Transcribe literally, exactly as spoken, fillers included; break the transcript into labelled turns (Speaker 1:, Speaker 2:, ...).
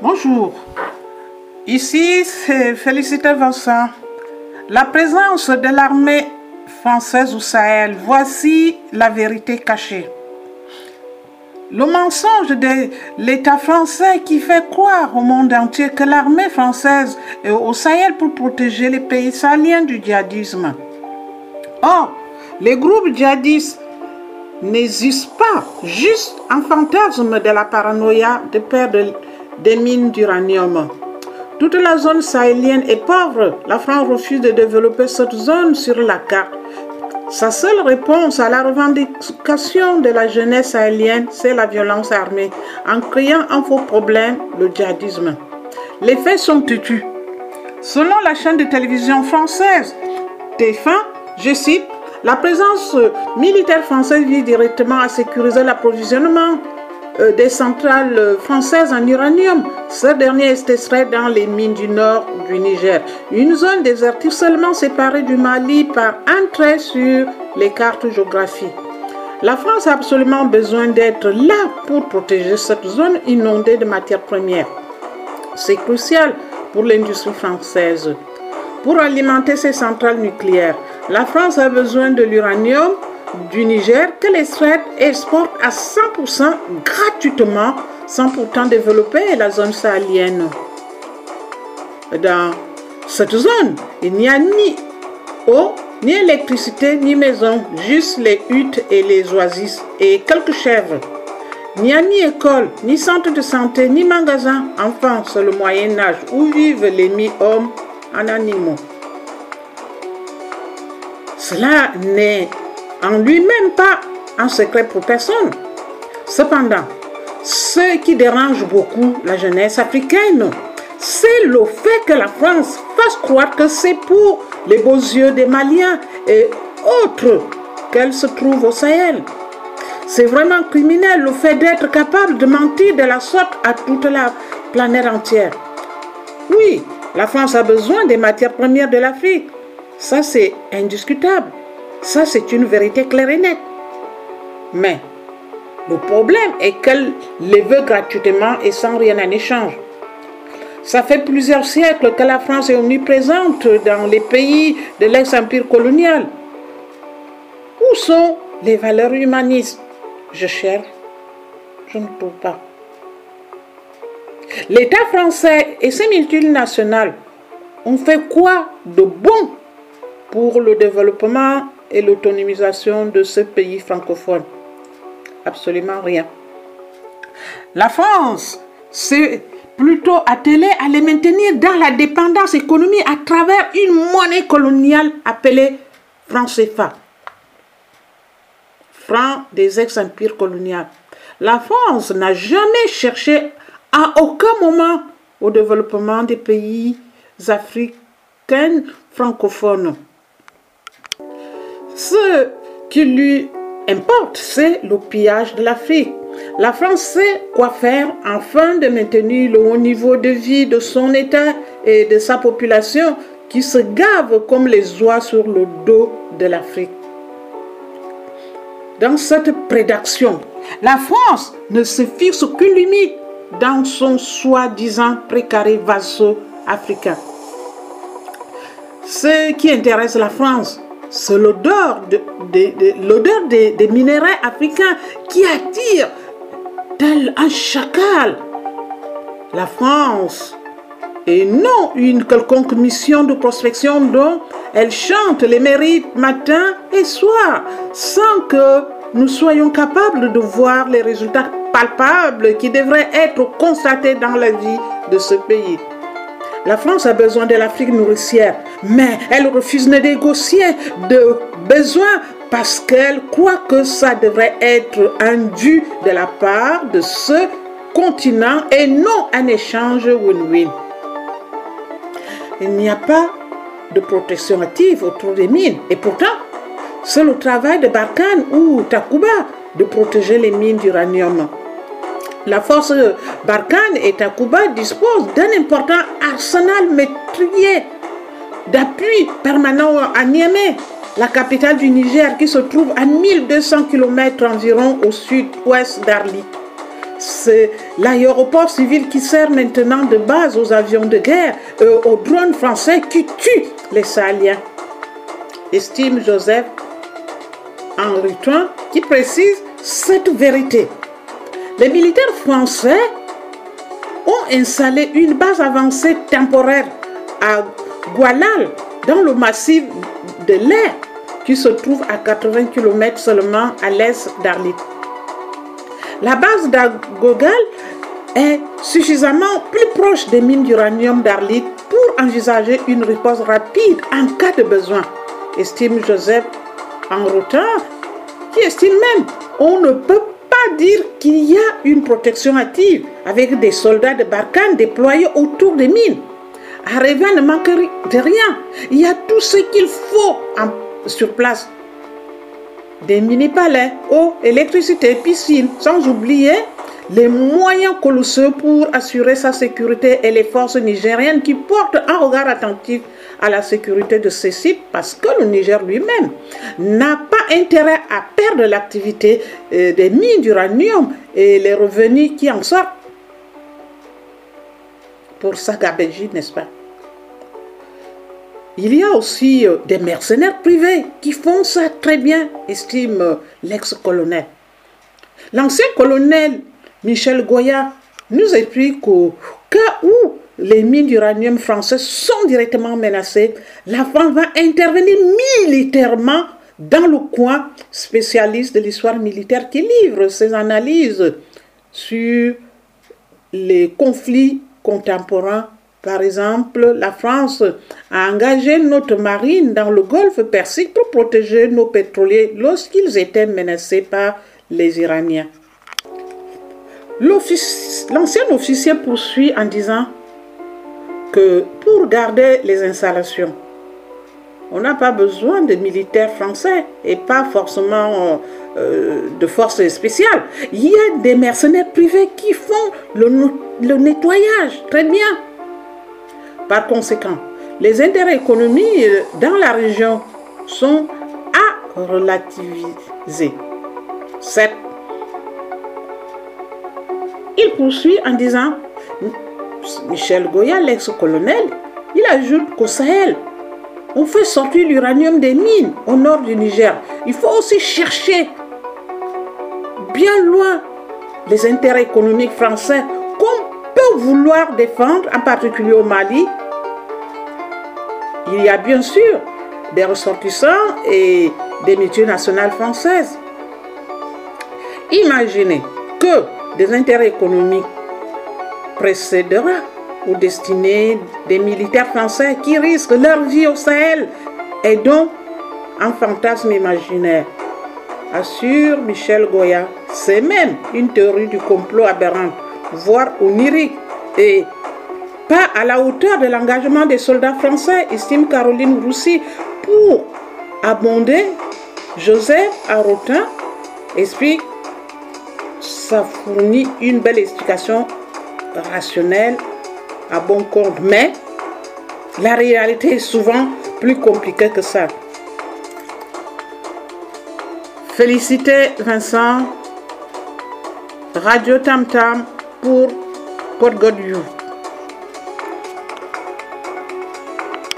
Speaker 1: Bonjour, ici c'est Félicité Vincent. La présence de l'armée française au Sahel, voici la vérité cachée. Le mensonge de l'État français qui fait croire au monde entier que l'armée française est au Sahel pour protéger les pays sahéliens du djihadisme. Or, les groupes djihadistes n'existent pas, juste un fantasme de la paranoïa de perdre des mines d'uranium. Toute la zone sahélienne est pauvre. La France refuse de développer cette zone sur la carte. Sa seule réponse à la revendication de la jeunesse sahélienne, c'est la violence armée, en créant un faux problème, le djihadisme. Les faits sont têtus. Selon la chaîne de télévision française T F un, je cite, la présence militaire française vise directement à sécuriser l'approvisionnement des centrales françaises en uranium. Ce dernier est extrait dans les mines du nord du Niger. Une zone désertique seulement séparée du Mali par un trait sur les cartes géographiques. La France a absolument besoin d'être là pour protéger cette zone inondée de matières premières. C'est crucial pour l'industrie française. Pour alimenter ses centrales nucléaires, la France a besoin de l'uranium du Niger que les exporte à cent pour cent gratuitement sans pourtant développer la zone sahélienne. Dans cette zone, il n'y a ni eau, ni électricité, ni maison, juste les huttes et les oasis et quelques chèvres. Il n'y a ni école, ni centre de santé, ni magasin. Enfin, c'est le Moyen-Âge où vivent les mi-hommes en animaux. Cela n'est en lui-même pas un secret pour personne. Cependant, ce qui dérange beaucoup la jeunesse africaine, c'est le fait que la France fasse croire que c'est pour les beaux yeux des Maliens et autres qu'elle se trouve au Sahel. C'est vraiment criminel le fait d'être capable de mentir de la sorte à toute la planète entière. Oui, la France a besoin des matières premières de l'Afrique. Ça, c'est indiscutable. Ça, c'est une vérité claire et nette. Mais le problème est qu'elle les veut gratuitement et sans rien en échange. Ça fait plusieurs siècles que la France est omniprésente dans les pays de l'ex-empire colonial. Où sont les valeurs humanistes? Je cherche, je ne trouve pas. L'État français et ses multinationales ont fait quoi de bon pour le développement et l'autonomisation de ce pays francophone? Absolument rien. La France s'est plutôt attelée à les maintenir dans la dépendance économique à travers une monnaie coloniale appelée franc C F A. Franc des ex-empires coloniaux. La France n'a jamais cherché à aucun moment au développement des pays africains francophones. Ce qui lui importe, c'est le pillage de l'Afrique. La France sait quoi faire afin de maintenir le haut niveau de vie de son État et de sa population qui se gave comme les oies sur le dos de l'Afrique. Dans cette prédation, la France ne se fixe aucune limite dans son soi-disant précaré vassaux africain. Ce qui intéresse la France, c'est l'odeur de, de, de, l'odeur des, des minéraux africains qui attire tel un chacal la France, et non une quelconque mission de prospection dont elle chante les mérites matin et soir, sans que nous soyons capables de voir les résultats palpables qui devraient être constatés dans la vie de ce pays. La France a besoin de l'Afrique nourricière, mais elle refuse de négocier de besoins parce qu'elle croit que ça devrait être un dû de la part de ce continent et non un échange win-win. Il n'y a pas de protection active autour des mines et pourtant, c'est le travail de Barkhane ou Takuba de protéger les mines d'uranium. La force Barkhane et Takuba disposent d'un important arsenal métrier d'appui permanent à Niamey, la capitale du Niger qui se trouve à mille deux cents kilomètres environ au sud-ouest d'Arlit. c'est l'aéroport civil qui sert maintenant de base aux avions de guerre, euh, aux drones français qui tuent les Sahéliens, estime Joseph Henriton, qui précise cette vérité. Les militaires français ont installé une base avancée temporaire à Gualal, dans le massif de l'Air, qui se trouve à quatre-vingts kilomètres seulement à l'est d'Arlit. La base d'Agogal est suffisamment plus proche des mines d'uranium d'Arlit pour envisager une réponse rapide en cas de besoin, estime Joseph Henriton, qui estime même on ne peut pas dire qu'il y a une protection active avec des soldats de Barkhane déployés autour des mines. Areva ne manque de rien. Il y a tout ce qu'il faut en, sur place. Des mini-palais, eau, électricité, piscine, sans oublier les moyens colossaux pour assurer sa sécurité et les forces nigériennes qui portent un regard attentif à la sécurité de ces sites parce que le Niger lui-même n'a pas intérêt à perdre l'activité des mines d'uranium et les revenus qui en sortent pour sa gabégie, n'est-ce pas? Il y a aussi des mercenaires privés qui font ça très bien, estime l'ex-colonel. L'ancien colonel Michel Goya nous explique qu'au cas où les mines d'uranium françaises sont directement menacées, la France va intervenir militairement dans le coin, spécialiste de l'histoire militaire qui livre ses analyses sur les conflits contemporains. Par exemple, la France a engagé notre marine dans le golfe Persique pour protéger nos pétroliers lorsqu'ils étaient menacés par les Iraniens. L'ancien officier poursuit en disant que pour garder les installations, on n'a pas besoin de militaires français et pas forcément euh, de forces spéciales. Il y a des mercenaires privés qui font le, le nettoyage très bien. Par conséquent, les intérêts économiques dans la région sont à relativiser. Certes, il poursuit en disant, Michel Goya, l'ex-colonel, il ajoute qu'au Sahel, on fait sortir l'uranium des mines au nord du Niger. Il faut aussi chercher bien loin les intérêts économiques français qu'on peut vouloir défendre, en particulier au Mali. Il y a bien sûr des ressortissants et des multinationales françaises. Imaginez que des intérêts économiques précédera ou destiné des militaires français qui risquent leur vie au Sahel et donc un fantasme imaginaire. Assure Michel Goya, c'est même une théorie du complot aberrante, voire onirique, et pas à la hauteur de l'engagement des soldats français, estime Caroline Roussy. Pour abonder, Joseph Henriton explique, ça fournit une belle explication rationnelle à bon compte, mais la réalité est souvent plus compliquée que ça. Félicitez Vincent, Radio Tam Tam pour Code God You.